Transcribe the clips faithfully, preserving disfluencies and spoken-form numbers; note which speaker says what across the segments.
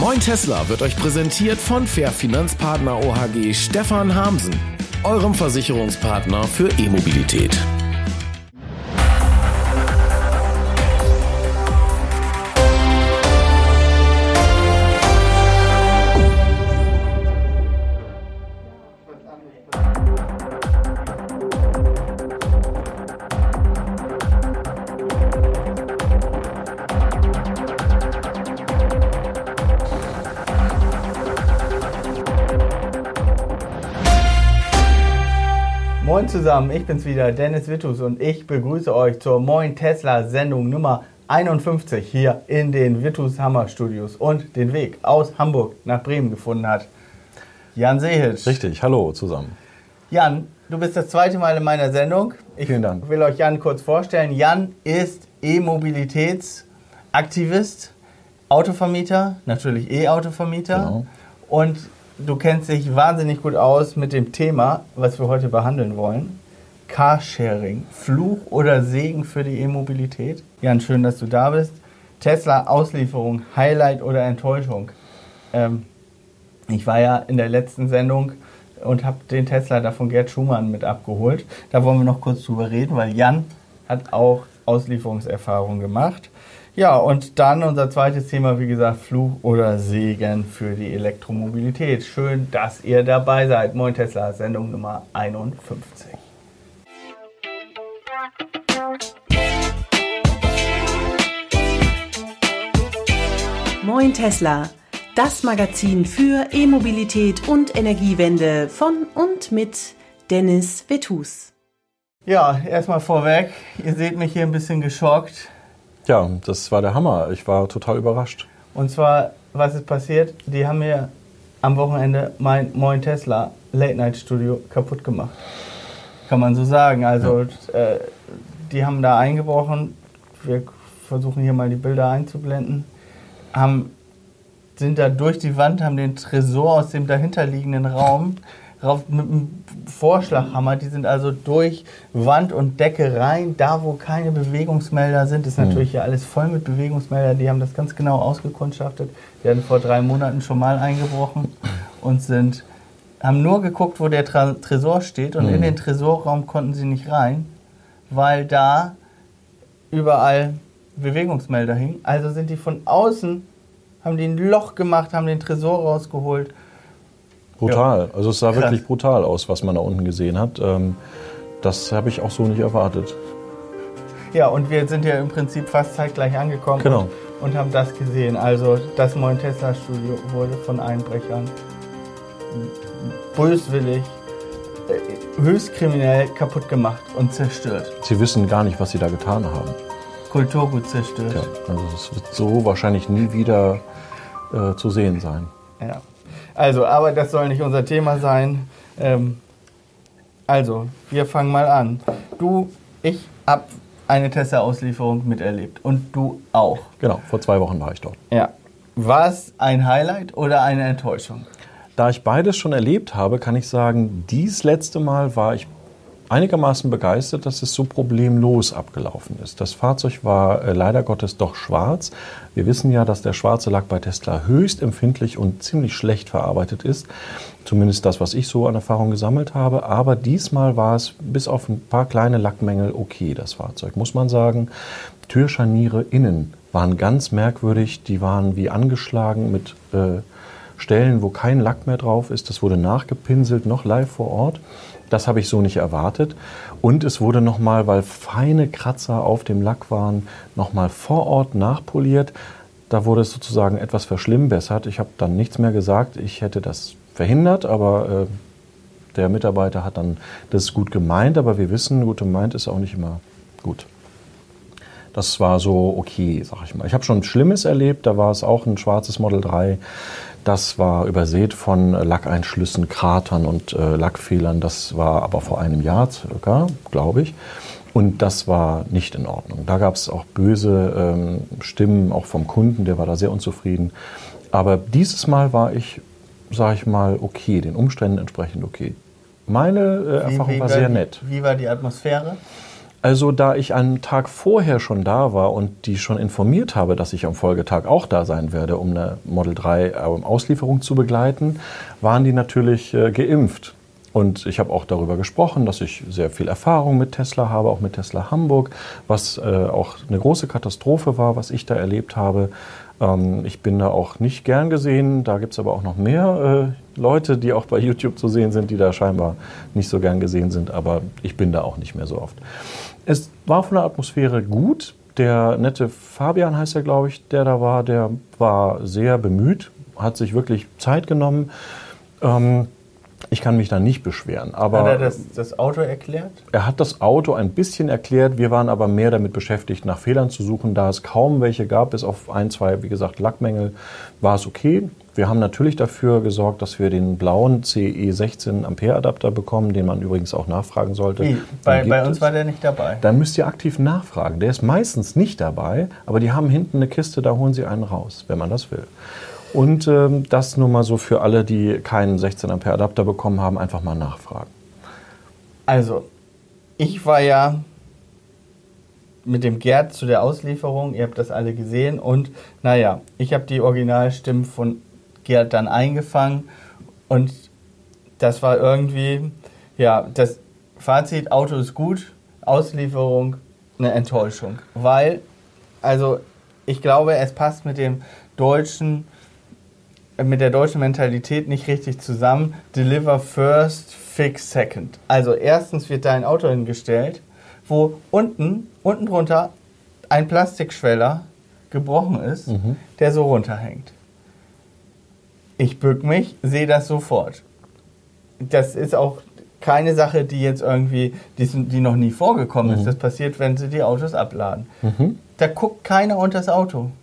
Speaker 1: Moin Tesla wird euch präsentiert von Fair Finanzpartner O H G Stefan Hamsen, eurem Versicherungspartner für E-Mobilität.
Speaker 2: Moin zusammen, ich bin's wieder, Dennis Wittus, und ich begrüße euch zur Moin Tesla Sendung Nummer einundfünfzig hier in den Wittus Hammer Studios. Und den Weg aus Hamburg nach Bremen gefunden hat Jan Sehitsch.
Speaker 3: Richtig, hallo zusammen.
Speaker 2: Jan, du bist das zweite Mal in meiner Sendung. Ich
Speaker 3: Vielen Dank.
Speaker 2: will euch Jan kurz vorstellen. Jan ist E-Mobilitätsaktivist, Autovermieter, natürlich E-Autovermieter.
Speaker 3: Genau.
Speaker 2: Und du kennst dich wahnsinnig gut aus mit dem Thema, was wir heute behandeln wollen. Carsharing, Fluch oder Segen für die E-Mobilität. Jan, schön, dass du da bist. Tesla Auslieferung, Highlight oder Enttäuschung. Ähm, ich war ja in der letzten Sendung und habe den Tesla da von Gerd Schumann mit abgeholt. Da wollen wir noch kurz drüber reden, weil Jan hat auch Auslieferungserfahrung gemacht. Ja, und dann unser zweites Thema, wie gesagt, Fluch oder Segen für die Elektromobilität. Schön, dass ihr dabei seid. Moin Tesla, Sendung Nummer einundfünfzig.
Speaker 4: Moin Tesla, das Magazin für E-Mobilität und Energiewende von und mit Dennis Wittus.
Speaker 2: Ja, erstmal vorweg, ihr seht mich hier ein bisschen geschockt.
Speaker 3: Ja, das war der Hammer. Ich war total überrascht.
Speaker 2: Und zwar, was ist passiert? Die haben mir am Wochenende mein Moin Tesla Late Night Studio kaputt gemacht. Kann man so sagen. Also, ja. äh, die haben da eingebrochen. Wir versuchen hier mal die Bilder einzublenden. Haben, sind da durch die Wand, haben den Tresor aus dem dahinterliegenden Raum rauf mit einem Vorschlaghammer, die sind also durch Wand und Decke rein, da wo keine Bewegungsmelder sind, ist natürlich ja alles voll mit Bewegungsmeldern, die haben das ganz genau ausgekundschaftet, die hatten vor drei Monaten schon mal eingebrochen und sind, haben nur geguckt, wo der Tra- Tresor steht, und mhm. in den Tresorraum konnten sie nicht rein, weil da überall Bewegungsmelder hingen, also sind die von außen, haben die ein Loch gemacht, haben den Tresor rausgeholt.
Speaker 3: Brutal.
Speaker 2: Ja.
Speaker 3: Also es sah
Speaker 2: Krass.
Speaker 3: wirklich brutal aus, was man da unten gesehen hat. Das habe ich auch so nicht erwartet.
Speaker 2: Ja, und wir sind ja im Prinzip fast zeitgleich angekommen
Speaker 3: Genau.
Speaker 2: und, und haben das gesehen. Also das Moin Tesla Studio wurde von Einbrechern böswillig, höchst kriminell kaputt gemacht und zerstört.
Speaker 3: Sie wissen gar nicht, was sie da getan haben.
Speaker 2: Kulturgut zerstört.
Speaker 3: Ja, also es wird so wahrscheinlich nie wieder äh, zu sehen sein.
Speaker 2: Ja. Also, aber das soll nicht unser Thema sein. Ähm, also, wir fangen mal an. Du, ich habe eine Tesla-Auslieferung miterlebt und du auch.
Speaker 3: Genau, vor zwei Wochen war ich dort.
Speaker 2: Ja. War es ein Highlight oder eine Enttäuschung?
Speaker 3: Da ich beides schon erlebt habe, kann ich sagen, dies letzte Mal war ich einigermaßen begeistert, dass es so problemlos abgelaufen ist. Das Fahrzeug war äh, leider Gottes doch schwarz. Wir wissen ja, dass der schwarze Lack bei Tesla höchst empfindlich und ziemlich schlecht verarbeitet ist. Zumindest das, was ich so an Erfahrung gesammelt habe. Aber diesmal war es bis auf ein paar kleine Lackmängel okay, das Fahrzeug, muss man sagen. Türscharniere innen waren ganz merkwürdig. Die waren wie angeschlagen mit äh, Stellen, wo kein Lack mehr drauf ist. Das wurde nachgepinselt, noch live vor Ort. Das habe ich so nicht erwartet. Und es wurde nochmal, weil feine Kratzer auf dem Lack waren, nochmal vor Ort nachpoliert. Da wurde es sozusagen etwas verschlimmbessert. Ich habe dann nichts mehr gesagt. Ich hätte das verhindert, aber äh, der Mitarbeiter hat dann das gut gemeint. Aber wir wissen, gut gemeint ist auch nicht immer gut. Das war so okay, sag ich mal. Ich habe schon Schlimmes erlebt. Da war es auch ein schwarzes Model drei. Das war übersät von Lackeinschlüssen, Kratern und äh, Lackfehlern. Das war aber vor einem Jahr circa, glaube ich. Und das war nicht in Ordnung. Da gab es auch böse ähm, Stimmen, auch vom Kunden, der war da sehr unzufrieden. Aber dieses Mal war ich, sage ich mal, okay, den Umständen entsprechend okay. Meine äh, Erfahrung
Speaker 2: wie, wie
Speaker 3: war sehr
Speaker 2: die,
Speaker 3: nett.
Speaker 2: Wie war die Atmosphäre?
Speaker 3: Also da ich einen Tag vorher schon da war und die schon informiert habe, dass ich am Folgetag auch da sein werde, um eine Model drei Auslieferung zu begleiten, waren die natürlich äh, geimpft. Und ich habe auch darüber gesprochen, dass ich sehr viel Erfahrung mit Tesla habe, auch mit Tesla Hamburg, was äh, auch eine große Katastrophe war, was ich da erlebt habe. Ähm, ich bin da auch nicht gern gesehen. Da gibt es aber auch noch mehr äh, Leute, die auch bei YouTube zu sehen sind, die da scheinbar nicht so gern gesehen sind. Aber ich bin da auch nicht mehr so oft. Es war von der Atmosphäre gut. Der nette Fabian heißt er, glaube ich, der da war, der war sehr bemüht, hat sich wirklich Zeit genommen. Ähm, Ich kann mich da nicht beschweren. Aber
Speaker 2: hat er das, das Auto erklärt?
Speaker 3: Er hat das Auto ein bisschen erklärt. Wir waren aber mehr damit beschäftigt, nach Fehlern zu suchen. Da es kaum welche gab, bis auf ein, zwei, wie gesagt, Lackmängel, war es okay. Wir haben natürlich dafür gesorgt, dass wir den blauen C E sechzehn Ampere Adapter bekommen, den man übrigens auch nachfragen sollte.
Speaker 2: Wie? Bei, bei uns es. war der nicht dabei?
Speaker 3: Dann müsst ihr aktiv nachfragen. Der ist meistens nicht dabei, aber die haben hinten eine Kiste, da holen sie einen raus, wenn man das will. Und ähm, das nur mal so für alle, die keinen sechzehn Ampere Adapter bekommen haben, einfach mal nachfragen.
Speaker 2: Also, ich war ja mit dem Gerd zu der Auslieferung, ihr habt das alle gesehen und naja, ich habe die Originalstimmen von Gerd dann eingefangen und das war irgendwie, ja, das Fazit, Auto ist gut, Auslieferung eine Enttäuschung, weil, also ich glaube, es passt mit dem deutschen mit der deutschen Mentalität nicht richtig zusammen. Deliver first, fix second. Also erstens wird da ein Auto hingestellt, wo unten, unten drunter ein Plastikschweller gebrochen ist, mhm. der so runterhängt. Ich bück mich, sehe das sofort. Das ist auch keine Sache, die jetzt irgendwie, die, die noch nie vorgekommen mhm. ist. Das passiert, wenn sie die Autos abladen. Mhm. Da guckt keiner unter das Auto.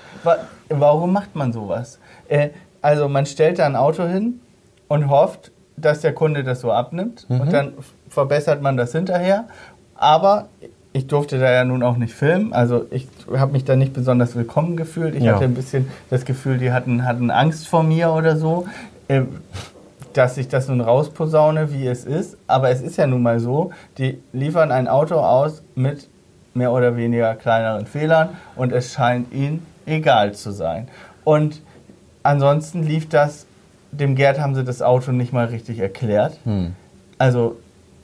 Speaker 2: Warum macht man sowas? Äh, also man stellt da ein Auto hin und hofft, dass der Kunde das so abnimmt mhm. und dann verbessert man das hinterher. Aber ich durfte da ja nun auch nicht filmen, also ich habe mich da nicht besonders willkommen gefühlt. Ich ja. hatte ein bisschen das Gefühl, die hatten, hatten Angst vor mir oder so, äh, dass ich das nun rausposaune, wie es ist. Aber es ist ja nun mal so, die liefern ein Auto aus mit mehr oder weniger kleineren Fehlern und es scheint ihnen egal zu sein. Und ansonsten lief das, dem Gerd haben sie das Auto nicht mal richtig erklärt. Hm. Also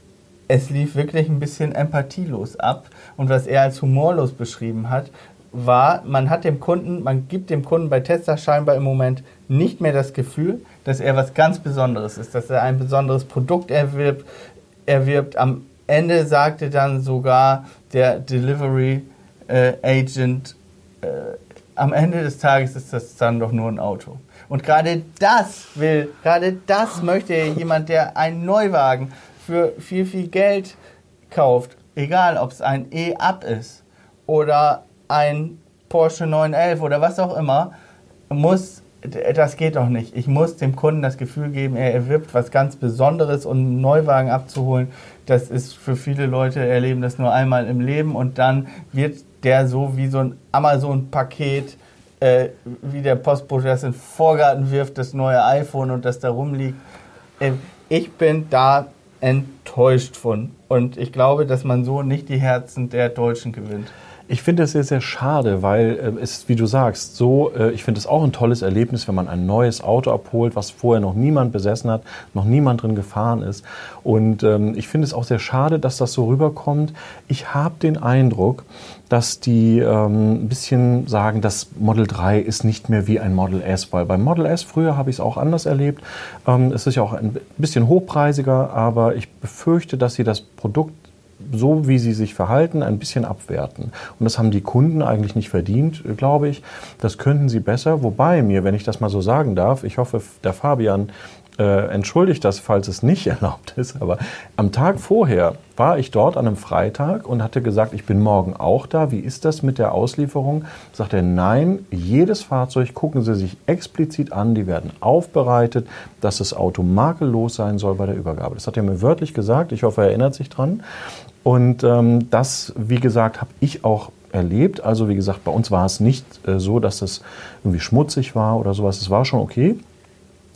Speaker 2: es lief wirklich ein bisschen empathielos ab. Und was er als humorlos beschrieben hat, war, man hat dem Kunden, man gibt dem Kunden bei Tesla scheinbar im Moment nicht mehr das Gefühl, dass er was ganz Besonderes ist, dass er ein besonderes Produkt erwirbt. erwirbt. Am Ende sagte dann sogar der Delivery äh, Agent, äh, am Ende des Tages ist das dann doch nur ein Auto. Und gerade das will, gerade das möchte jemand, der einen Neuwagen für viel, viel Geld kauft, egal ob es ein E-Up ist oder ein Porsche neun elf oder was auch immer, muss, das geht doch nicht. Ich muss dem Kunden das Gefühl geben, er erwirbt was ganz Besonderes und einen Neuwagen abzuholen. Das ist für viele Leute, erleben das nur einmal im Leben und dann wird der so wie so ein Amazon-Paket, äh, wie der Postbote das in den Vorgarten wirft, das neue iPhone und das da rumliegt. Äh, ich bin da enttäuscht von und ich glaube, dass man so nicht die Herzen der Deutschen gewinnt.
Speaker 3: Ich finde es sehr, sehr schade, weil äh, es, wie du sagst, so, äh, ich finde es auch ein tolles Erlebnis, wenn man ein neues Auto abholt, was vorher noch niemand besessen hat, noch niemand drin gefahren ist. Und ähm, ich finde es auch sehr schade, dass das so rüberkommt. Ich habe den Eindruck, dass die ähm, ein bisschen sagen, das Model drei ist nicht mehr wie ein Model S, weil beim Model S, früher habe ich es auch anders erlebt, ähm, es ist ja auch ein bisschen hochpreisiger, aber ich befürchte, dass sie das Produkt so wie sie sich verhalten, ein bisschen abwerten. Und das haben die Kunden eigentlich nicht verdient, glaube ich. Das könnten sie besser. Wobei mir, wenn ich das mal so sagen darf, ich hoffe, der Fabian äh, entschuldigt das, falls es nicht erlaubt ist, aber am Tag vorher war ich dort an einem Freitag und hatte gesagt, ich bin morgen auch da. Wie ist das mit der Auslieferung? Sagt er, nein, jedes Fahrzeug gucken Sie sich explizit an, die werden aufbereitet, dass das Auto makellos sein soll bei der Übergabe. Das hat er mir wörtlich gesagt, ich hoffe, er erinnert sich dran. Und ähm, das, wie gesagt, habe ich auch erlebt. Also wie gesagt, bei uns war es nicht äh, so, dass es irgendwie schmutzig war oder sowas. Es war schon okay.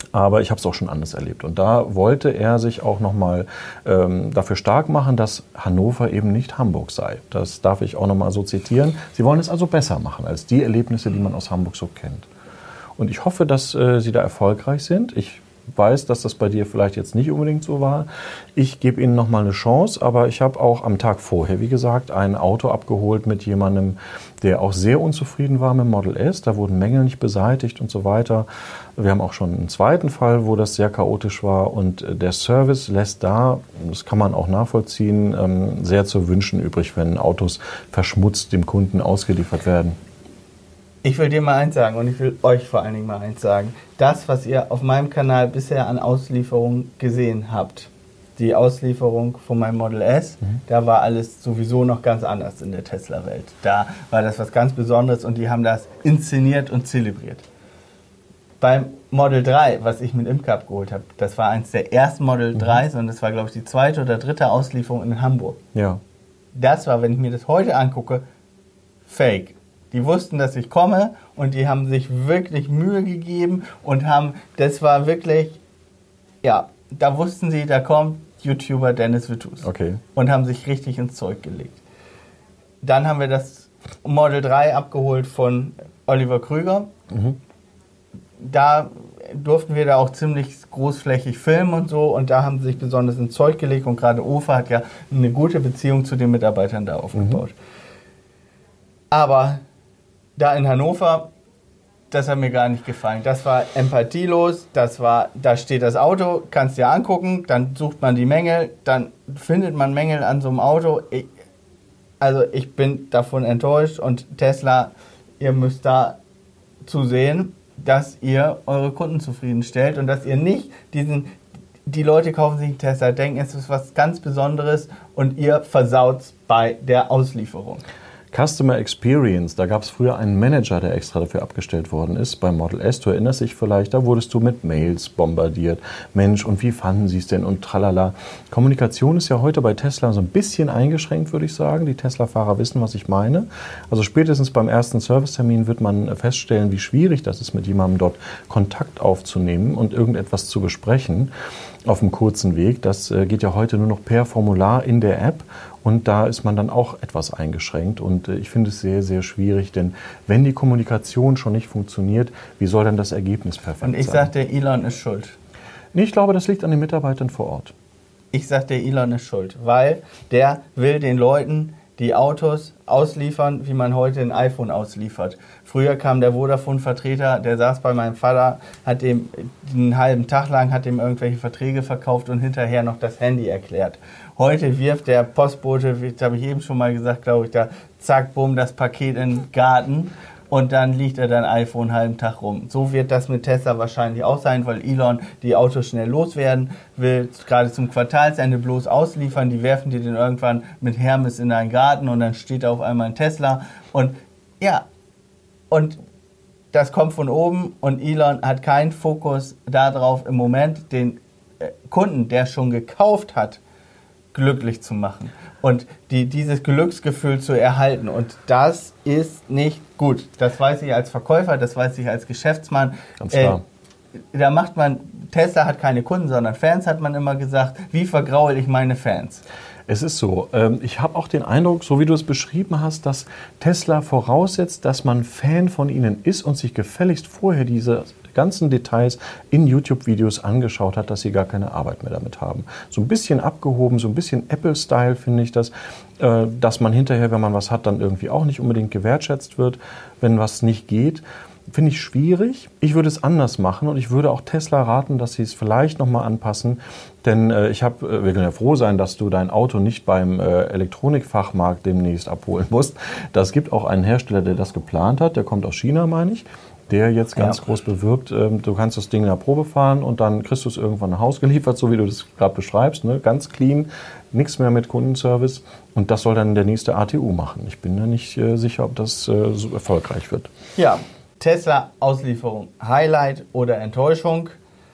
Speaker 3: Aber ich habe es auch schon anders erlebt. Und da wollte er sich auch nochmal ähm, dafür stark machen, dass Hannover eben nicht Hamburg sei. Das darf ich auch nochmal so zitieren. Sie wollen es also besser machen als die Erlebnisse, die man aus Hamburg so kennt. Und ich hoffe, dass äh, Sie da erfolgreich sind. Ich weiß, dass das bei dir vielleicht jetzt nicht unbedingt so war. Ich gebe Ihnen noch mal eine Chance, aber ich habe auch am Tag vorher, wie gesagt, ein Auto abgeholt mit jemandem, der auch sehr unzufrieden war mit dem Model S. Da wurden Mängel nicht beseitigt und so weiter. Wir haben auch schon einen zweiten Fall, wo das sehr chaotisch war und der Service lässt da, das kann man auch nachvollziehen, sehr zu wünschen übrig, wenn Autos verschmutzt dem Kunden ausgeliefert werden.
Speaker 2: Ich will dir mal eins sagen und ich will euch vor allen Dingen mal eins sagen. Das, was ihr auf meinem Kanal bisher an Auslieferungen gesehen habt, die Auslieferung von meinem Model S, mhm. da war alles sowieso noch ganz anders in der Tesla-Welt. Da war das was ganz Besonderes und die haben das inszeniert und zelebriert. Beim Model drei, was ich mit Imke abgeholt habe, das war eins der ersten Model dreis mhm. und das war, glaube ich, die zweite oder dritte Auslieferung in Hamburg.
Speaker 3: Ja.
Speaker 2: Das war, wenn ich mir das heute angucke, fake. Die wussten, dass ich komme und die haben sich wirklich Mühe gegeben und haben, das war wirklich, ja, da wussten sie, da kommt YouTuber Dennis Vetus.
Speaker 3: Okay.
Speaker 2: Und haben sich richtig ins Zeug gelegt. Dann haben wir das Model drei abgeholt von Oliver Krüger. Mhm. Da durften wir da auch ziemlich großflächig filmen und so und da haben sie sich besonders ins Zeug gelegt und gerade Ofer hat ja eine gute Beziehung zu den Mitarbeitern da aufgebaut. Mhm. Aber da in Hannover, das hat mir gar nicht gefallen. Das war empathielos, das war, da steht das Auto, kannst dir angucken, dann sucht man die Mängel, dann findet man Mängel an so einem Auto. Ich, also ich bin davon enttäuscht und Tesla, ihr müsst da zusehen, dass ihr eure Kunden zufriedenstellt und dass ihr nicht diesen, die Leute kaufen sich einen Tesla, denken, es ist was ganz Besonderes und ihr versaut's bei der Auslieferung.
Speaker 3: Customer Experience, da gab es früher einen Manager, der extra dafür abgestellt worden ist beim Model S. Du erinnerst dich vielleicht, da wurdest du mit Mails bombardiert. Mensch, und wie fanden sie es denn und tralala. Kommunikation ist ja heute bei Tesla so ein bisschen eingeschränkt, würde ich sagen. Die Tesla-Fahrer wissen, was ich meine. Also spätestens beim ersten Servicetermin wird man feststellen, wie schwierig das ist, mit jemandem dort Kontakt aufzunehmen und irgendetwas zu besprechen auf einem kurzen Weg. Das geht ja heute nur noch per Formular in der App. Und da ist man dann auch etwas eingeschränkt. Und ich finde es sehr, sehr schwierig, denn wenn die Kommunikation schon nicht funktioniert, wie soll dann das Ergebnis perfekt sein?
Speaker 2: Und ich sage, der Elon ist schuld.
Speaker 3: Nee, ich glaube, das liegt an den Mitarbeitern vor Ort.
Speaker 2: Ich sage, der Elon ist schuld, weil der will den Leuten die Autos ausliefern, wie man heute ein iPhone ausliefert. Früher kam der Vodafone-Vertreter, der saß bei meinem Vater, hat dem einen halben Tag lang hat dem irgendwelche Verträge verkauft und hinterher noch das Handy erklärt. Heute wirft der Postbote, das habe ich eben schon mal gesagt, glaube ich, da zack, bumm, das Paket in den Garten und dann liegt er dann iPhone einen halben Tag rum. So wird das mit Tesla wahrscheinlich auch sein, weil Elon die Autos schnell loswerden will, gerade zum Quartalsende bloß ausliefern. Die werfen die dann irgendwann mit Hermes in einen Garten und dann steht da auf einmal ein Tesla. Und ja, und das kommt von oben und Elon hat keinen Fokus darauf im Moment, den Kunden, der schon gekauft hat, glücklich zu machen und die, dieses Glücksgefühl zu erhalten. Und das ist nicht gut. Das weiß ich als Verkäufer, das weiß ich als Geschäftsmann.
Speaker 3: Ganz klar.
Speaker 2: Äh, da macht man, Tesla hat keine Kunden, sondern Fans, hat man immer gesagt. Wie vergraule ich meine Fans?
Speaker 3: Es ist so. Ich habe auch den Eindruck, so wie du es beschrieben hast, dass Tesla voraussetzt, dass man Fan von ihnen ist und sich gefälligst vorher diese ganzen Details in YouTube-Videos angeschaut hat, dass sie gar keine Arbeit mehr damit haben. So ein bisschen abgehoben, so ein bisschen Apple-Style finde ich das, dass man hinterher, wenn man was hat, dann irgendwie auch nicht unbedingt gewertschätzt wird, wenn was nicht geht. Finde ich schwierig. Ich würde es anders machen und ich würde auch Tesla raten, dass sie es vielleicht nochmal anpassen. Denn äh, ich habe, äh, wir können ja froh sein, dass du dein Auto nicht beim äh, Elektronikfachmarkt demnächst abholen musst. Das gibt auch einen Hersteller, der das geplant hat. Der kommt aus China, meine ich. Der jetzt ganz ja. groß bewirbt, ähm, du kannst das Ding in der Probe fahren und dann kriegst du es irgendwann nach Hause geliefert, so wie du das gerade beschreibst. Ne? Ganz clean, nichts mehr mit Kundenservice. Und das soll dann der nächste A T U machen. Ich bin da nicht äh, sicher, ob das äh, so erfolgreich wird.
Speaker 2: Ja. Tesla-Auslieferung, Highlight oder Enttäuschung.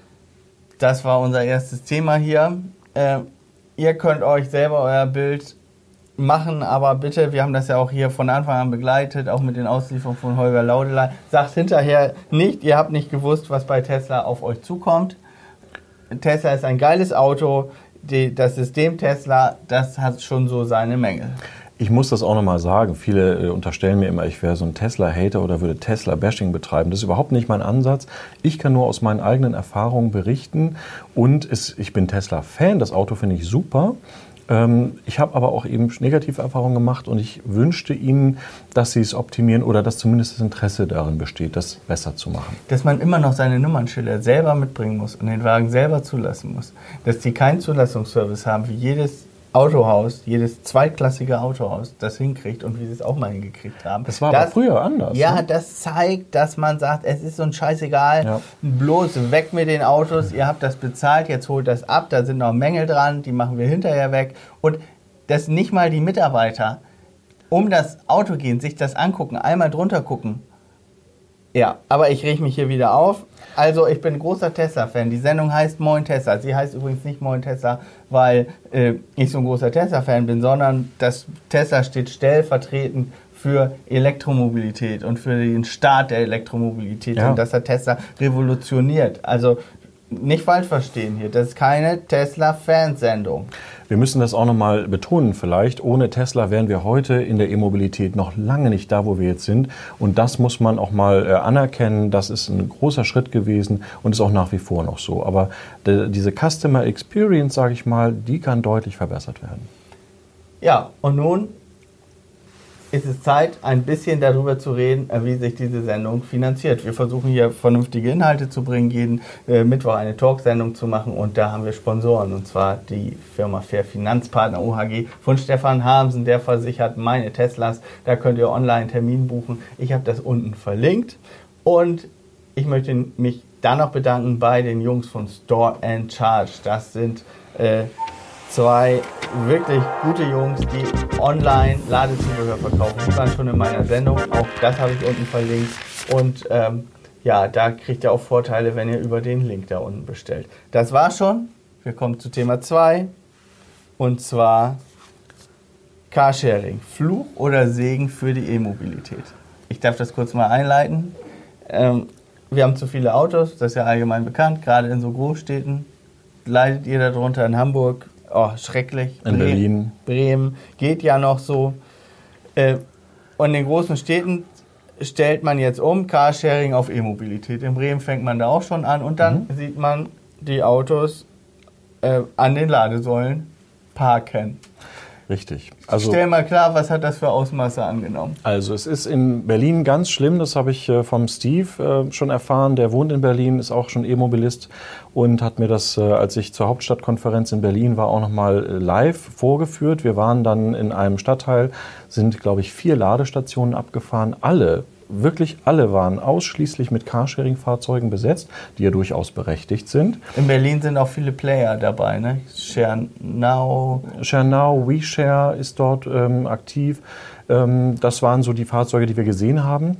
Speaker 2: Das war unser erstes Thema hier. Äh, ihr könnt euch selber euer Bild machen aber bitte, wir haben das ja auch hier von Anfang an begleitet, auch mit den Auslieferungen von Holger Laudelei, sagt hinterher nicht, ihr habt nicht gewusst, was bei Tesla auf euch zukommt. Tesla ist ein geiles Auto, die, das System Tesla, das hat schon so seine Mängel.
Speaker 3: Ich muss das auch nochmal sagen. Viele äh, unterstellen mir immer, ich wäre so ein Tesla-Hater oder würde Tesla-Bashing betreiben. Das ist überhaupt nicht mein Ansatz. Ich kann nur aus meinen eigenen Erfahrungen berichten und es, ich bin Tesla-Fan. Das Auto finde ich super. Ähm, ich habe aber auch eben negative Erfahrungen gemacht und ich wünschte Ihnen, dass Sie es optimieren oder dass zumindest das Interesse darin besteht, das besser zu machen.
Speaker 2: Dass man immer noch seine Nummernschilder selber mitbringen muss und den Wagen selber zulassen muss. Dass die keinen Zulassungsservice haben, wie jedes Autohaus, jedes zweitklassige Autohaus das hinkriegt und wie sie es auch mal hingekriegt haben.
Speaker 3: Das war
Speaker 2: das,
Speaker 3: aber früher anders.
Speaker 2: Ja,
Speaker 3: ne?
Speaker 2: Das zeigt, dass man sagt, es ist uns scheißegal,
Speaker 3: ja.
Speaker 2: bloß weg mit den Autos, ihr habt das bezahlt, jetzt holt das ab, da sind noch Mängel dran, die machen wir hinterher weg. Und dass nicht mal die Mitarbeiter um das Auto gehen, sich das angucken, einmal drunter gucken. Ja, aber ich reg mich hier wieder auf. Also ich bin großer Tesla-Fan. Die Sendung heißt Moin Tesla. Sie heißt übrigens nicht Moin Tesla, weil äh, ich so ein großer Tesla-Fan bin, sondern das Tesla steht stellvertretend für Elektromobilität und für den Start der Elektromobilität.
Speaker 3: Ja.
Speaker 2: Und das hat Tesla revolutioniert. Also nicht falsch verstehen hier. Das ist keine Tesla-Fansendung.
Speaker 3: Wir müssen das auch nochmal betonen vielleicht. Ohne Tesla wären wir heute in der E-Mobilität noch lange nicht da, wo wir jetzt sind. Und das muss man auch mal äh, anerkennen. Das ist ein großer Schritt gewesen und ist auch nach wie vor noch so. Aber de, diese Customer Experience, sage ich mal, die kann deutlich verbessert werden.
Speaker 2: Ja, und nun ist es Zeit, ein bisschen darüber zu reden, wie sich diese Sendung finanziert. Wir versuchen hier vernünftige Inhalte zu bringen, jeden äh, Mittwoch eine Talksendung zu machen und da haben wir Sponsoren und zwar die Firma Fair Finanzpartner O H G von Stefan Hamsen, der versichert meine Teslas. Da könnt ihr online einen Termin buchen. Ich habe das unten verlinkt und ich möchte mich dann noch bedanken bei den Jungs von Store and Charge. Das sind äh, zwei wirklich gute Jungs, die online Ladezubehör verkaufen. Die waren schon in meiner Sendung, auch das habe ich unten verlinkt. Und ähm, ja, da kriegt ihr auch Vorteile, wenn ihr über den Link da unten bestellt. Das war's schon. Wir kommen zu Thema zwei. Und zwar Carsharing. Fluch oder Segen für die E-Mobilität. Ich darf das kurz mal einleiten. Ähm, wir haben zu viele Autos, das ist ja allgemein bekannt, gerade in so Großstädten. Leidet ihr darunter in Hamburg? Oh, schrecklich.
Speaker 3: In
Speaker 2: Bre-
Speaker 3: Berlin.
Speaker 2: Bremen geht ja noch so. Äh, und in den großen Städten stellt man jetzt um Carsharing auf E-Mobilität. In Bremen fängt man da auch schon an und dann mhm. sieht man die Autos äh, an den Ladesäulen parken.
Speaker 3: Richtig. Also,
Speaker 2: Stell mal klar, was hat das für Ausmaße angenommen?
Speaker 3: Also es ist in Berlin ganz schlimm, das habe ich äh, vom Steve äh, schon erfahren, der wohnt in Berlin, ist auch schon E-Mobilist und hat mir das, äh, als ich zur Hauptstadtkonferenz in Berlin war, auch nochmal äh, live vorgeführt. Wir waren dann in einem Stadtteil, sind glaube ich vier Ladestationen abgefahren, alle Wirklich alle waren ausschließlich mit Carsharing-Fahrzeugen besetzt, die ja durchaus berechtigt sind.
Speaker 2: In Berlin sind auch viele Player dabei, ne? ShareNow.
Speaker 3: ShareNow, WeShare ist dort ähm, aktiv. Ähm, das waren so die Fahrzeuge, die wir gesehen haben.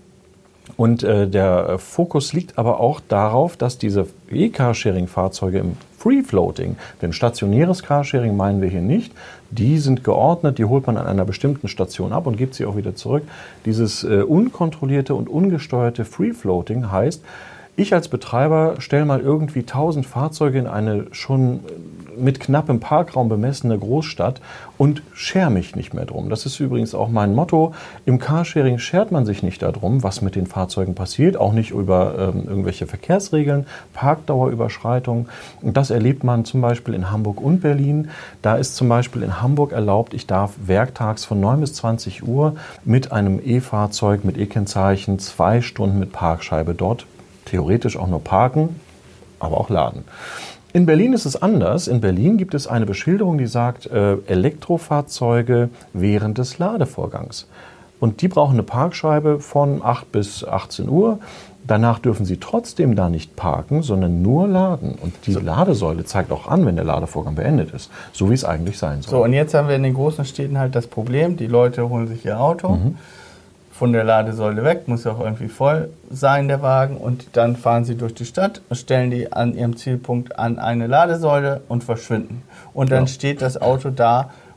Speaker 3: Und äh, der Fokus liegt aber auch darauf, dass diese E-Carsharing-Fahrzeuge im Free-Floating, denn stationäres Carsharing meinen wir hier nicht, die sind geordnet, die holt man an einer bestimmten Station ab und gibt sie auch wieder zurück. Dieses äh, unkontrollierte und ungesteuerte Free-Floating heißt, ich als Betreiber stelle mal irgendwie tausend Fahrzeuge in eine schon mit knappem Parkraum bemessene Großstadt und schere mich nicht mehr drum. Das ist übrigens auch mein Motto. Im Carsharing schert man sich nicht darum, was mit den Fahrzeugen passiert, auch nicht über ähm, irgendwelche Verkehrsregeln, Parkdauerüberschreitungen. Und das erlebt man zum Beispiel in Hamburg und Berlin. Da ist zum Beispiel in Hamburg erlaubt, ich darf werktags von neun bis zwanzig Uhr mit einem E-Fahrzeug mit E-Kennzeichen zwei Stunden mit Parkscheibe dort theoretisch auch nur parken, aber auch laden. In Berlin ist es anders. In Berlin gibt es eine Beschilderung, die sagt, äh, Elektrofahrzeuge während des Ladevorgangs. Und die brauchen eine Parkscheibe von acht bis achtzehn Uhr. Danach dürfen sie trotzdem da nicht parken, sondern nur laden. Und diese Ladesäule zeigt auch an, wenn der Ladevorgang beendet ist. So wie es eigentlich sein soll.
Speaker 2: So, und jetzt haben wir in den großen Städten halt das Problem, die Leute holen sich ihr Auto. Mhm. Von der Ladesäule weg, muss ja auch irgendwie voll sein, der Wagen. Und dann fahren sie durch die Stadt, stellen die an ihrem Zielpunkt an eine Ladesäule und verschwinden. Und dann ja. steht das Auto da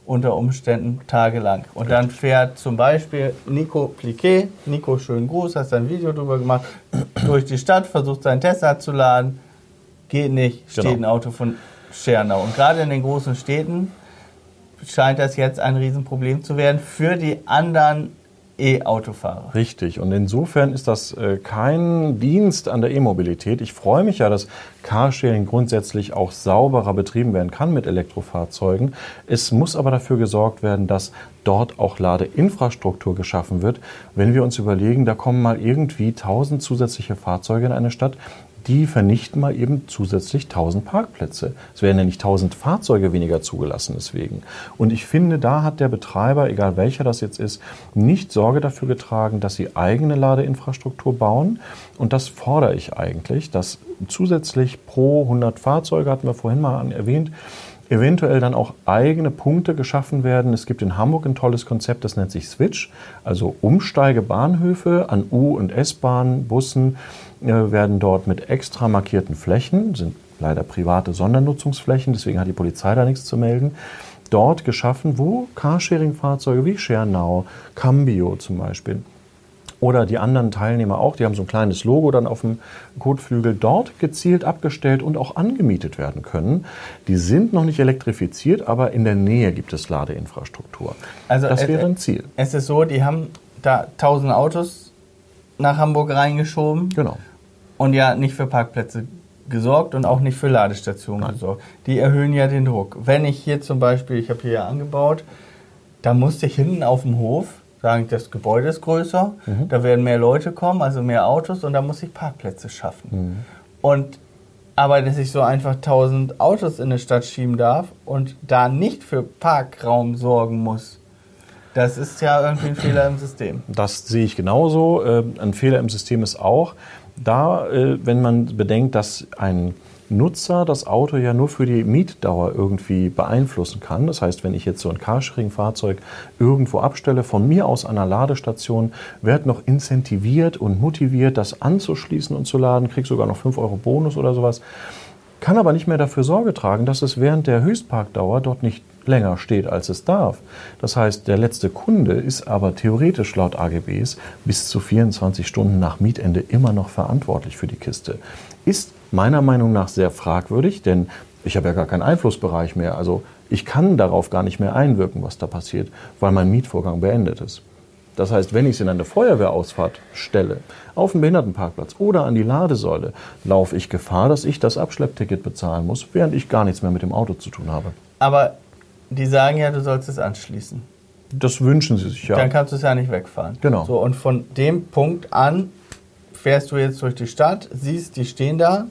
Speaker 2: unter Umständen tagelang. Und dann fährt zum Beispiel Nico Pliquet, Nico, schönen Gruß, hast ein Video drüber gemacht, durch die Stadt, versucht seinen Tesla zu laden, geht nicht, steht
Speaker 3: Genau.
Speaker 2: ein Auto von Schernau. Und gerade in den großen Städten scheint das jetzt ein Riesenproblem zu werden für die anderen E-Autofahrer.
Speaker 3: Richtig. Und insofern ist das äh, kein Dienst an der E-Mobilität. Ich freue mich ja, dass Carsharing grundsätzlich auch sauberer betrieben werden kann mit Elektrofahrzeugen. Es muss aber dafür gesorgt werden, dass dort auch Ladeinfrastruktur geschaffen wird. Wenn wir uns überlegen, da kommen mal irgendwie tausend zusätzliche Fahrzeuge in eine Stadt, die vernichten mal eben zusätzlich tausend Parkplätze. Es werden ja nicht tausend Fahrzeuge weniger zugelassen deswegen. Und ich finde, da hat der Betreiber, egal welcher das jetzt ist, nicht Sorge dafür getragen, dass sie eigene Ladeinfrastruktur bauen. Und das fordere ich eigentlich, dass zusätzlich pro hundert Fahrzeuge, hatten wir vorhin mal erwähnt, eventuell dann auch eigene Punkte geschaffen werden. Es gibt in Hamburg ein tolles Konzept, das nennt sich Switch, also Umsteigebahnhöfe an U- und S-Bahnen, Bussen, äh, werden dort mit extra markierten Flächen, sind leider private Sondernutzungsflächen, deswegen hat die Polizei da nichts zu melden, dort geschaffen, wo Carsharing-Fahrzeuge wie Schernau, Cambio zum Beispiel, oder die anderen Teilnehmer auch, die haben so ein kleines Logo dann auf dem Kotflügel, dort gezielt abgestellt und auch angemietet werden können. Die sind noch nicht elektrifiziert, aber in der Nähe gibt es Ladeinfrastruktur.
Speaker 2: Also
Speaker 3: das
Speaker 2: es,
Speaker 3: wäre ein Ziel.
Speaker 2: Es ist so, die haben da tausend Autos nach Hamburg reingeschoben
Speaker 3: Genau.
Speaker 2: und ja nicht für Parkplätze gesorgt und auch nicht für Ladestationen
Speaker 3: Nein.
Speaker 2: gesorgt. Die erhöhen ja den Druck. Wenn ich hier zum Beispiel, ich habe hier ja angebaut, da musste ich hinten auf dem Hof sagen, das Gebäude ist größer, mhm. da werden mehr Leute kommen, also mehr Autos und da muss ich Parkplätze schaffen. Mhm. Und aber dass ich so einfach tausend Autos in eine Stadt schieben darf und da nicht für Parkraum sorgen muss, das ist ja irgendwie ein Fehler im System.
Speaker 3: Das sehe ich genauso. Äh, ein Fehler im System ist auch, da, äh, wenn man bedenkt, dass ein Nutzer das Auto ja nur für die Mietdauer irgendwie beeinflussen kann. Das heißt, wenn ich jetzt so ein Carsharing-Fahrzeug irgendwo abstelle, von mir aus an einer Ladestation, werde noch incentiviert und motiviert, das anzuschließen und zu laden, kriege sogar noch fünf Euro Bonus oder sowas, kann aber nicht mehr dafür Sorge tragen, dass es während der Höchstparkdauer dort nicht länger steht, als es darf. Das heißt, der letzte Kunde ist aber theoretisch laut A G Bs bis zu vierundzwanzig Stunden nach Mietende immer noch verantwortlich für die Kiste. Ist meiner Meinung nach sehr fragwürdig, denn ich habe ja gar keinen Einflussbereich mehr. Also ich kann darauf gar nicht mehr einwirken, was da passiert, weil mein Mietvorgang beendet ist. Das heißt, wenn ich es in eine Feuerwehrausfahrt stelle, auf einen Behindertenparkplatz oder an die Ladesäule, laufe ich Gefahr, dass ich das Abschleppticket bezahlen muss, während ich gar nichts mehr mit dem Auto zu tun habe.
Speaker 2: Aber die sagen ja, du sollst es anschließen.
Speaker 3: Das wünschen sie sich, ja.
Speaker 2: Dann kannst du es ja nicht wegfahren.
Speaker 3: Genau.
Speaker 2: So, und von dem Punkt an fährst du jetzt durch die Stadt, siehst, die stehen da.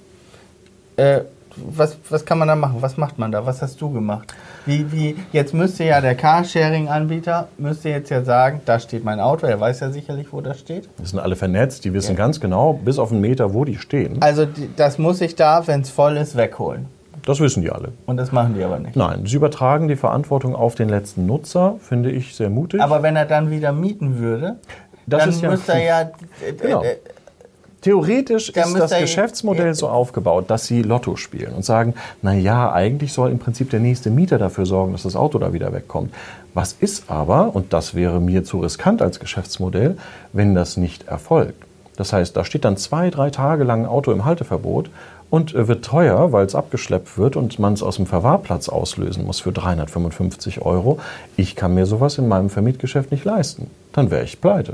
Speaker 2: Äh, was, was kann man da machen? Was macht man da? Was hast du gemacht? Wie, wie, jetzt müsste ja der Carsharing-Anbieter müsste jetzt ja sagen, da steht mein Auto. Er weiß ja sicherlich, wo das steht.
Speaker 3: Die sind alle vernetzt, die wissen
Speaker 2: Ja.
Speaker 3: ganz genau, bis auf einen Meter, wo die stehen.
Speaker 2: Also die, das muss ich da, wenn es voll ist, wegholen.
Speaker 3: Das wissen die alle.
Speaker 2: Und das machen die aber nicht.
Speaker 3: Nein, sie übertragen die Verantwortung auf den letzten Nutzer, finde ich sehr mutig.
Speaker 2: Aber wenn er dann wieder mieten würde,
Speaker 3: Das
Speaker 2: dann
Speaker 3: ist ja-
Speaker 2: müsste er ja... Äh,
Speaker 3: Genau.
Speaker 2: äh,
Speaker 3: Theoretisch
Speaker 2: Da
Speaker 3: ist das
Speaker 2: müsst ihr-
Speaker 3: Geschäftsmodell so aufgebaut, dass sie Lotto spielen und sagen, na ja, eigentlich soll im Prinzip der nächste Mieter dafür sorgen, dass das Auto da wieder wegkommt. Was ist aber, und das wäre mir zu riskant als Geschäftsmodell, wenn das nicht erfolgt? Das heißt, da steht dann zwei, drei Tage lang ein Auto im Halteverbot und äh, wird teuer, weil es abgeschleppt wird und man es aus dem Verwahrplatz auslösen muss für dreihundertfünfundfünfzig Euro. Ich kann mir sowas in meinem Vermietgeschäft nicht leisten. Dann wäre ich pleite.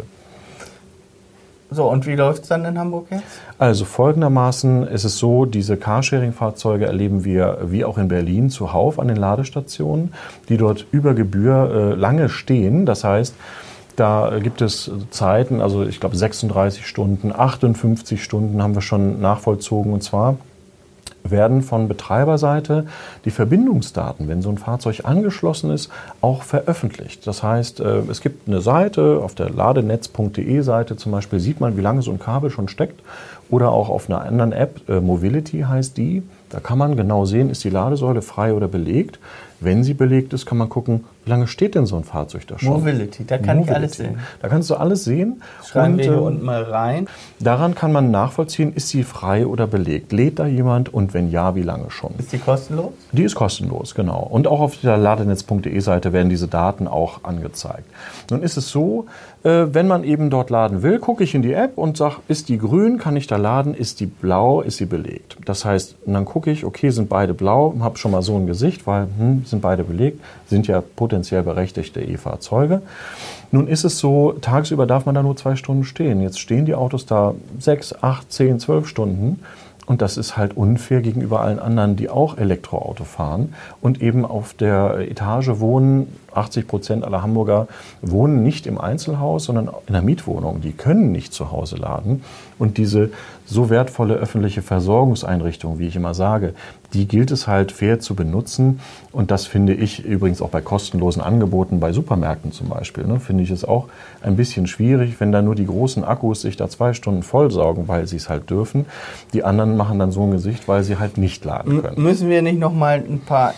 Speaker 2: So, und wie läuft es dann in Hamburg jetzt?
Speaker 3: Also folgendermaßen ist es so, diese Carsharing-Fahrzeuge erleben wir wie auch in Berlin zuhauf an den Ladestationen, die dort über Gebühr äh, lange stehen. Das heißt, da gibt es Zeiten, also ich glaube sechsunddreißig Stunden, achtundfünfzig Stunden haben wir schon nachvollzogen. Und zwar werden von Betreiberseite die Verbindungsdaten, wenn so ein Fahrzeug angeschlossen ist, auch veröffentlicht. Das heißt, es gibt eine Seite, auf der ladenetz punkt de Seite zum Beispiel, sieht man, wie lange so ein Kabel schon steckt. Oder auch auf einer anderen App, Mobility heißt die, da kann man genau sehen, ist die Ladesäule frei oder belegt. Wenn sie belegt ist, kann man gucken, Wie lange steht denn so ein Fahrzeug da schon?
Speaker 2: Mobility, da kann
Speaker 3: Mobility.
Speaker 2: ich alles sehen.
Speaker 3: Da kannst du alles sehen.
Speaker 2: Schreiben
Speaker 3: und,
Speaker 2: wir hier
Speaker 3: äh,
Speaker 2: unten mal rein.
Speaker 3: Daran kann man nachvollziehen, ist sie frei oder belegt. Lädt da jemand und wenn ja, wie lange schon?
Speaker 2: Ist die kostenlos?
Speaker 3: Die ist kostenlos, genau. Und auch auf der ladenetz punkt de Seite werden diese Daten auch angezeigt. Nun ist es so, äh, wenn man eben dort laden will, gucke ich in die App und sage, ist die grün, kann ich da laden, ist die blau, ist sie belegt. Das heißt, und dann gucke ich, okay, sind beide blau, habe schon mal so ein Gesicht, weil hm, sind beide belegt, sind ja potenziell berechtigte E-Fahrzeuge. Nun ist es so, tagsüber darf man da nur zwei Stunden stehen. Jetzt stehen die Autos da sechs, acht, zehn, zwölf Stunden. Und das ist halt unfair gegenüber allen anderen, die auch Elektroauto fahren und eben auf der Etage wohnen. achtzig Prozent aller Hamburger wohnen nicht im Einzelhaus, sondern in einer Mietwohnung. Die können nicht zu Hause laden. Und diese so wertvolle öffentliche Versorgungseinrichtung, wie ich immer sage, die gilt es halt fair zu benutzen. Und das finde ich übrigens auch bei kostenlosen Angeboten, bei Supermärkten zum Beispiel, ne, finde ich es auch ein bisschen schwierig, wenn da nur die großen Akkus sich da zwei Stunden vollsaugen, weil sie es halt dürfen. Die anderen machen dann so ein Gesicht, weil sie halt nicht laden können.
Speaker 2: M- müssen wir nicht noch mal ein paar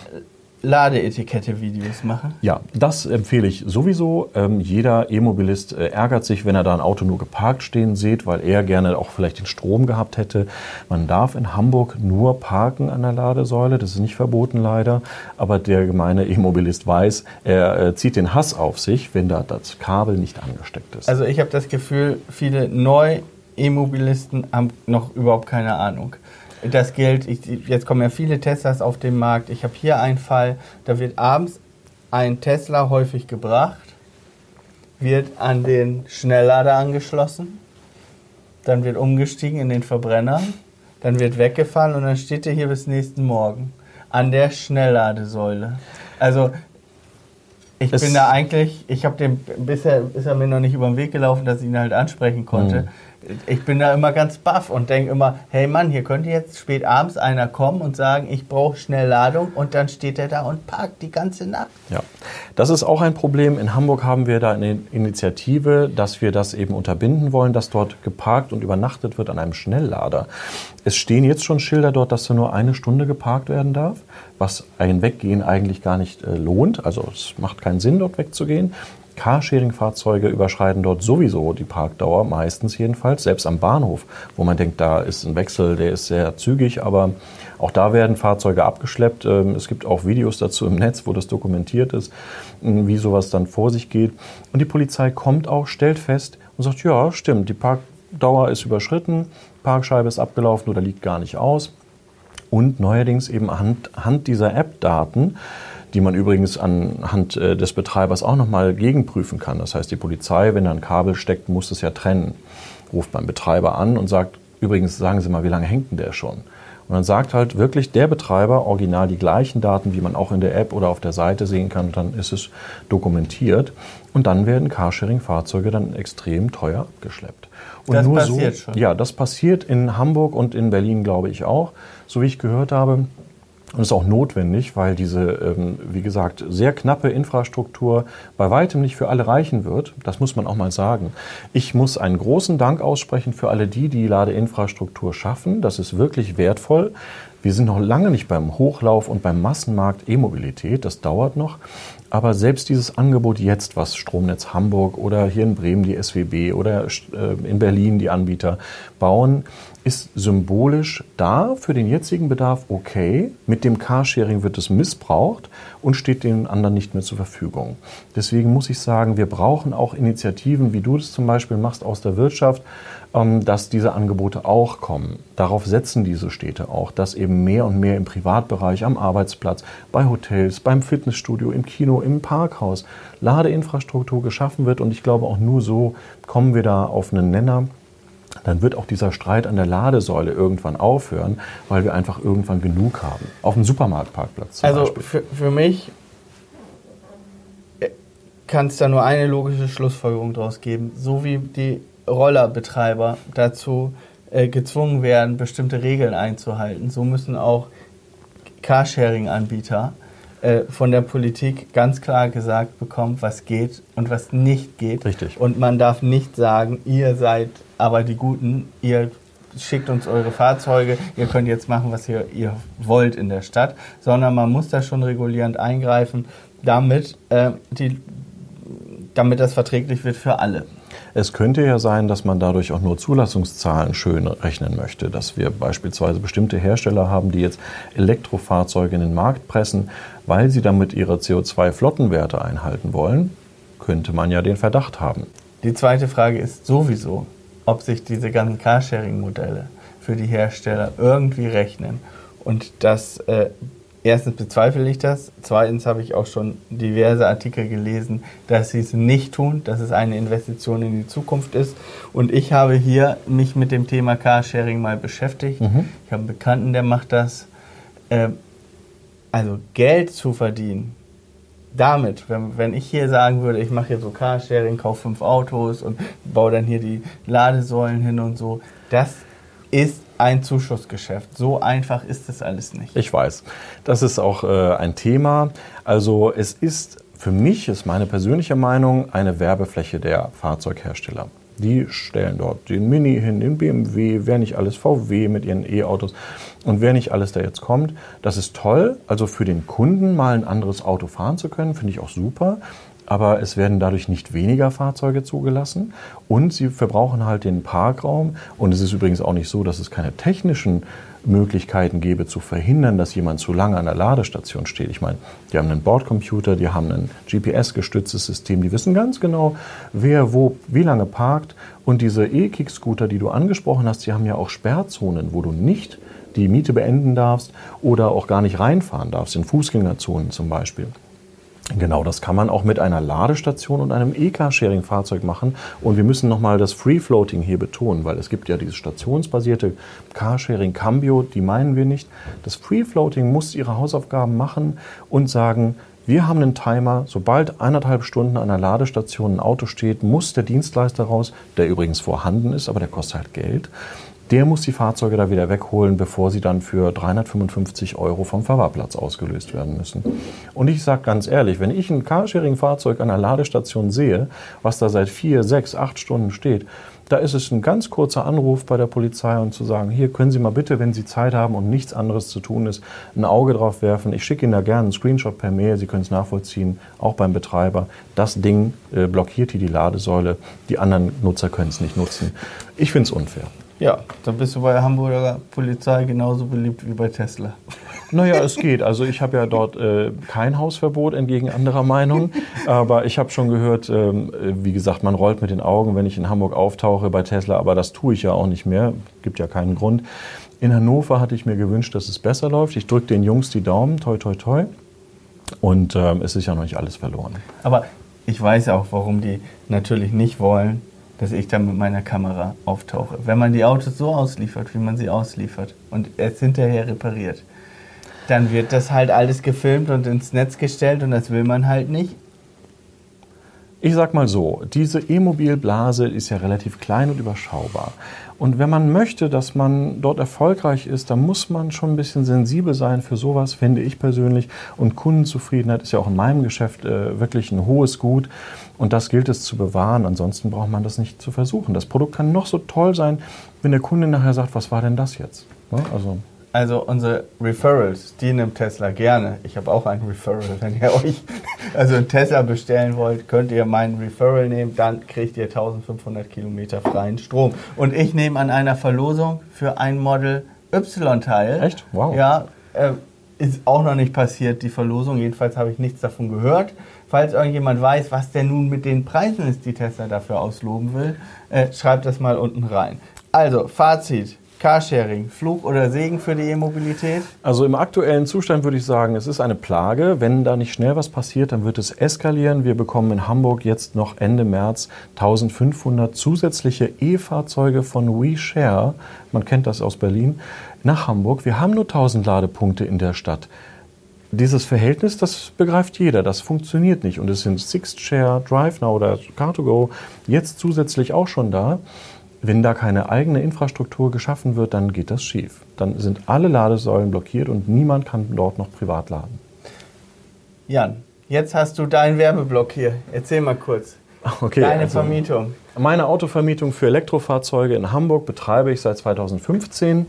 Speaker 2: Ladeetikette-Videos machen?
Speaker 3: Ja, das empfehle ich sowieso. Ähm, jeder E-Mobilist äh, ärgert sich, wenn er da ein Auto nur geparkt stehen sieht, weil er gerne auch vielleicht den Strom gehabt hätte. Man darf in Hamburg nur parken an der Ladesäule, das ist nicht verboten leider, aber der gemeine E-Mobilist weiß, er äh, zieht den Hass auf sich, wenn da das Kabel nicht angesteckt ist.
Speaker 2: Also ich habe das Gefühl, viele Neu-E-Mobilisten haben noch überhaupt keine Ahnung. Das gilt, ich, jetzt kommen ja viele Teslas auf den Markt. Ich habe hier einen Fall, da wird abends ein Tesla häufig gebracht, wird an den Schnelllader angeschlossen, dann wird umgestiegen in den Verbrenner, dann wird weggefahren und dann steht er hier bis nächsten Morgen an der Schnellladesäule. Also ich
Speaker 3: Es
Speaker 2: bin da eigentlich, ich habe den, bisher ist er mir noch nicht über den Weg gelaufen, dass ich ihn halt ansprechen konnte.
Speaker 3: Mhm.
Speaker 2: Ich bin da immer ganz baff und denke immer, hey Mann, hier könnte jetzt spät abends einer kommen und sagen, ich brauche schnell Ladung und dann steht er da und parkt die ganze Nacht.
Speaker 3: Ja, das ist auch ein Problem. In Hamburg haben wir da eine Initiative, dass wir das eben unterbinden wollen, dass dort geparkt und übernachtet wird an einem Schnelllader. Es stehen jetzt schon Schilder dort, dass da nur eine Stunde geparkt werden darf, was ein Weggehen eigentlich gar nicht äh, lohnt. Also es macht keinen Sinn, dort wegzugehen. Carsharing-Fahrzeuge überschreiten dort sowieso die Parkdauer, meistens jedenfalls, selbst am Bahnhof, wo man denkt, da ist ein Wechsel, der ist sehr zügig, aber auch da werden Fahrzeuge abgeschleppt. Es gibt auch Videos dazu im Netz, wo das dokumentiert ist, wie sowas dann vor sich geht. Und die Polizei kommt auch, stellt fest und sagt, ja, stimmt, die Parkdauer ist überschritten, Parkscheibe ist abgelaufen oder liegt gar nicht aus. Und neuerdings eben anhand, anhand dieser App-Daten, die man übrigens anhand äh, des Betreibers auch nochmal gegenprüfen kann. Das heißt, die Polizei, wenn da ein Kabel steckt, muss es ja trennen. Ruft beim Betreiber an und sagt, übrigens, sagen Sie mal, wie lange hängt denn der schon? Und dann sagt halt wirklich der Betreiber original die gleichen Daten, wie man auch in der App oder auf der Seite sehen kann. Und dann ist es dokumentiert. Und dann werden Carsharing-Fahrzeuge dann extrem teuer abgeschleppt. Und
Speaker 2: das
Speaker 3: nur
Speaker 2: passiert
Speaker 3: so,
Speaker 2: schon?
Speaker 3: Ja, das passiert in Hamburg und in Berlin, glaube ich, auch, so wie ich gehört habe. Und ist auch notwendig, weil diese, ähm, wie gesagt, sehr knappe Infrastruktur bei weitem nicht für alle reichen wird. Das muss man auch mal sagen. Ich muss einen großen Dank aussprechen für alle die, die Ladeinfrastruktur schaffen. Das ist wirklich wertvoll. Wir sind noch lange nicht beim Hochlauf und beim Massenmarkt E-Mobilität. Das dauert noch. Aber selbst dieses Angebot jetzt, was Stromnetz Hamburg oder hier in Bremen die S W B oder in Berlin die Anbieter bauen, ist symbolisch da für den jetzigen Bedarf okay. Mit dem Carsharing wird es missbraucht und steht den anderen nicht mehr zur Verfügung. Deswegen muss ich sagen, wir brauchen auch Initiativen, wie du das zum Beispiel machst aus der Wirtschaft, dass diese Angebote auch kommen. Darauf setzen diese Städte auch, dass eben mehr und mehr im Privatbereich, am Arbeitsplatz, bei Hotels, beim Fitnessstudio, im Kino, im Parkhaus Ladeinfrastruktur geschaffen wird. Und ich glaube, auch nur so kommen wir da auf einen Nenner. Dann wird auch dieser Streit an der Ladesäule irgendwann aufhören, weil wir einfach irgendwann genug haben. Auf dem Supermarktparkplatz zum
Speaker 2: also
Speaker 3: Beispiel.
Speaker 2: Für, für mich kann es da nur eine logische Schlussfolgerung draus geben. So wie die Rollerbetreiber dazu äh, gezwungen werden, bestimmte Regeln einzuhalten, so müssen auch Carsharing-Anbieter äh, von der Politik ganz klar gesagt bekommen, was geht und was nicht geht.
Speaker 3: Richtig.
Speaker 2: Und man darf nicht sagen, ihr seid aber die Guten, ihr schickt uns eure Fahrzeuge, ihr könnt jetzt machen, was ihr, ihr wollt in der Stadt, sondern man muss da schon regulierend eingreifen. damit, äh, die, damit das verträglich wird für alle.
Speaker 3: Es könnte ja sein, dass man dadurch auch nur Zulassungszahlen schön rechnen möchte, dass wir beispielsweise bestimmte Hersteller haben, die jetzt Elektrofahrzeuge in den Markt pressen, weil sie damit ihre C O zwei Flottenwerte einhalten wollen, könnte man ja den Verdacht haben.
Speaker 2: Die zweite Frage ist sowieso, ob sich diese ganzen Carsharing-Modelle für die Hersteller irgendwie rechnen. Und das, äh, erstens bezweifle ich das, zweitens habe ich auch schon diverse Artikel gelesen, dass sie es nicht tun, dass es eine Investition in die Zukunft ist. Und ich habe hier mich mit dem Thema Carsharing mal beschäftigt. Mhm. Ich habe einen Bekannten, der macht das. Äh, also Geld zu verdienen, damit, wenn, wenn ich hier sagen würde, ich mache hier so Carsharing, kaufe fünf Autos und baue dann hier die Ladesäulen hin und so, das ist ein Zuschussgeschäft. So einfach ist das alles nicht.
Speaker 3: Ich weiß. Das ist auch äh, ein Thema. Also es ist, für mich ist meine persönliche Meinung, eine Werbefläche der Fahrzeughersteller. Die stellen dort den Mini hin, den B M W, wer nicht alles, V W mit ihren E-Autos und wer nicht alles da jetzt kommt. Das ist toll, also für den Kunden mal ein anderes Auto fahren zu können, finde ich auch super. Aber es werden dadurch nicht weniger Fahrzeuge zugelassen und sie verbrauchen halt den Parkraum. Und es ist übrigens auch nicht so, dass es keine technischen Möglichkeiten gäbe, zu verhindern, dass jemand zu lange an der Ladestation steht. Ich meine, die haben einen Bordcomputer, die haben ein G P S-gestütztes System, die wissen ganz genau, wer wo wie lange parkt. Und diese E-Kick-Scooter, die du angesprochen hast, die haben ja auch Sperrzonen, wo du nicht die Miete beenden darfst oder auch gar nicht reinfahren darfst, in Fußgängerzonen zum Beispiel. Genau, das kann man auch mit einer Ladestation und einem E-Carsharing-Fahrzeug machen. Und wir müssen nochmal das Free-Floating hier betonen, weil es gibt ja dieses stationsbasierte Carsharing-Cambio, die meinen wir nicht. Das Free-Floating muss ihre Hausaufgaben machen und sagen, wir haben einen Timer, sobald eineinhalb Stunden an der Ladestation ein Auto steht, muss der Dienstleister raus, der übrigens vorhanden ist, aber der kostet halt Geld. Der muss die Fahrzeuge da wieder wegholen, bevor sie dann für dreihundertfünfundfünfzig Euro vom Fahrerplatz ausgelöst werden müssen. Und ich sage ganz ehrlich, wenn ich ein Carsharing-Fahrzeug an der Ladestation sehe, was da seit vier, sechs, acht Stunden steht, da ist es ein ganz kurzer Anruf bei der Polizei und zu sagen, hier können Sie mal bitte, wenn Sie Zeit haben und nichts anderes zu tun ist, ein Auge drauf werfen. Ich schicke Ihnen da gerne einen Screenshot per Mail, Sie können es nachvollziehen, auch beim Betreiber. Das Ding äh, blockiert hier die Ladesäule, die anderen Nutzer können es nicht nutzen. Ich finde es unfair.
Speaker 2: Ja, dann bist du bei der Hamburger Polizei genauso beliebt wie bei Tesla.
Speaker 3: Naja, es geht. Also ich habe ja dort äh, kein Hausverbot entgegen anderer Meinung. Aber ich habe schon gehört, ähm, wie gesagt, man rollt mit den Augen, wenn ich in Hamburg auftauche bei Tesla. Aber das tue ich ja auch nicht mehr. Gibt ja keinen Grund. In Hannover hatte ich mir gewünscht, dass es besser läuft. Ich drücke den Jungs die Daumen, toi, toi, toi. Und ähm, es ist ja noch nicht alles verloren.
Speaker 2: Aber ich weiß auch, warum die natürlich nicht wollen, dass ich dann mit meiner Kamera auftauche. Wenn man die Autos so ausliefert, wie man sie ausliefert und es hinterher repariert, dann wird das halt alles gefilmt und ins Netz gestellt und das will man halt nicht.
Speaker 3: Ich sag mal so, diese E-Mobil-Blase ist ja relativ klein und überschaubar. Und wenn man möchte, dass man dort erfolgreich ist, dann muss man schon ein bisschen sensibel sein für sowas, finde ich persönlich. Und Kundenzufriedenheit ist ja auch in meinem Geschäft äh, wirklich ein hohes Gut. Und das gilt es zu bewahren. Ansonsten braucht man das nicht zu versuchen. Das Produkt kann noch so toll sein, wenn der Kunde nachher sagt, was war denn das jetzt? Ja, also...
Speaker 2: Also unsere Referrals, die nimmt Tesla gerne. Ich habe auch einen Referral. Wenn ihr euch also einen Tesla bestellen wollt, könnt ihr meinen Referral nehmen. Dann kriegt ihr eintausendfünfhundert Kilometer freien Strom. Und ich nehme an einer Verlosung für ein Model Y teil.
Speaker 3: Echt? Wow.
Speaker 2: Ja, äh, ist auch noch nicht passiert, die Verlosung. Jedenfalls habe ich nichts davon gehört. Falls irgendjemand weiß, was denn nun mit den Preisen ist, die Tesla dafür ausloben will, äh, schreibt das mal unten rein. Also, Fazit. Carsharing, Fluch oder Segen für die E-Mobilität?
Speaker 3: Also im aktuellen Zustand würde ich sagen, es ist eine Plage. Wenn da nicht schnell was passiert, dann wird es eskalieren. Wir bekommen in Hamburg jetzt noch Ende März eintausendfünfhundert zusätzliche E-Fahrzeuge von WeShare, man kennt das aus Berlin, nach Hamburg. Wir haben nur tausend Ladepunkte in der Stadt. Dieses Verhältnis, das begreift jeder, das funktioniert nicht. Und es sind Sixt-Share, DriveNow oder Car to Go jetzt zusätzlich auch schon da. Wenn da keine eigene Infrastruktur geschaffen wird, dann geht das schief. Dann sind alle Ladesäulen blockiert und niemand kann dort noch privat laden.
Speaker 2: Jan, jetzt hast du deinen Werbeblock hier. Erzähl mal kurz.
Speaker 3: Okay,
Speaker 2: Deine
Speaker 3: also
Speaker 2: Vermietung.
Speaker 3: Meine Autovermietung für Elektrofahrzeuge in Hamburg betreibe ich seit zweitausendfünfzehn.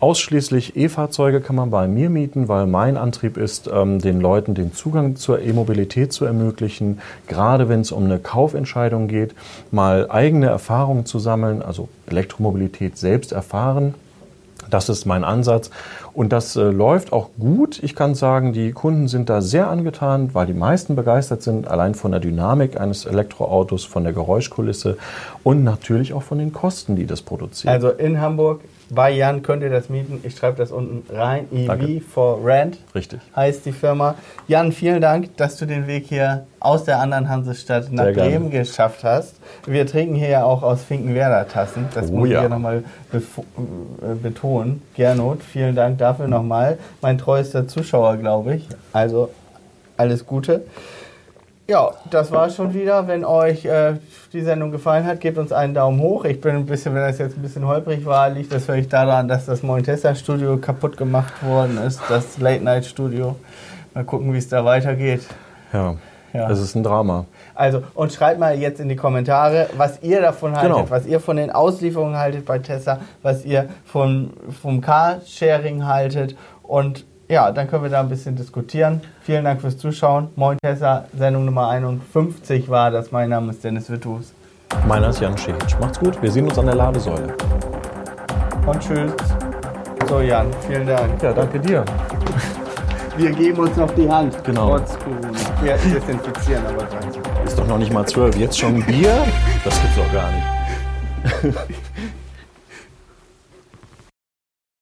Speaker 3: Ausschließlich E-Fahrzeuge kann man bei mir mieten, weil mein Antrieb ist, ähm, den Leuten den Zugang zur E-Mobilität zu ermöglichen, gerade wenn es um eine Kaufentscheidung geht, mal eigene Erfahrungen zu sammeln, also Elektromobilität selbst erfahren. Das ist mein Ansatz und das äh, läuft auch gut. Ich kann sagen, die Kunden sind da sehr angetan, weil die meisten begeistert sind, allein von der Dynamik eines Elektroautos, von der Geräuschkulisse und natürlich auch von den Kosten, die das produziert.
Speaker 2: Also in Hamburg bei Jan könnt ihr das mieten. Ich schreibe das unten rein. E V for Rent.
Speaker 3: Richtig.
Speaker 2: Heißt die Firma. Jan, vielen Dank, dass du den Weg hier aus der anderen Hansestadt nach
Speaker 3: Sehr
Speaker 2: Bremen
Speaker 3: gerne.
Speaker 2: geschafft hast. Wir trinken hier ja auch aus Finkenwerder Tassen. Das
Speaker 3: Oh
Speaker 2: muss ich
Speaker 3: ja.
Speaker 2: hier nochmal äh, betonen. Gernot, vielen Dank dafür nochmal. Mein treuester Zuschauer, glaube ich. Also alles Gute. Ja, das war schon wieder. Wenn euch äh, die Sendung gefallen hat, gebt uns einen Daumen hoch. Ich bin ein bisschen, wenn das jetzt ein bisschen holprig war, liegt das völlig daran, dass das Mointesa-Studio kaputt gemacht worden ist, das Late-Night-Studio. Mal gucken, wie es da weitergeht.
Speaker 3: Ja,
Speaker 2: Ja.
Speaker 3: es ist ein Drama.
Speaker 2: Also, und schreibt mal jetzt in die Kommentare, was ihr davon haltet,
Speaker 3: Genau.
Speaker 2: was ihr von den Auslieferungen haltet bei Tesla, was ihr von, vom Carsharing haltet und ja, dann können wir da ein bisschen diskutieren. Vielen Dank fürs Zuschauen. Moin Tesla, Sendung Nummer einundfünfzig war das. Mein Name ist Dennis Wittus.
Speaker 3: Meiner ist Jan Schäch. Macht's gut, wir sehen uns an der Ladesäule.
Speaker 2: Und tschüss. So Jan, vielen Dank.
Speaker 3: Ja, danke dir.
Speaker 2: Wir geben uns noch die Hand.
Speaker 3: Genau.
Speaker 2: Trotz Corona. Wir desinfizieren aber gleich.
Speaker 3: Ist doch noch nicht mal zwölf. Jetzt schon Bier? Das gibt's doch gar nicht.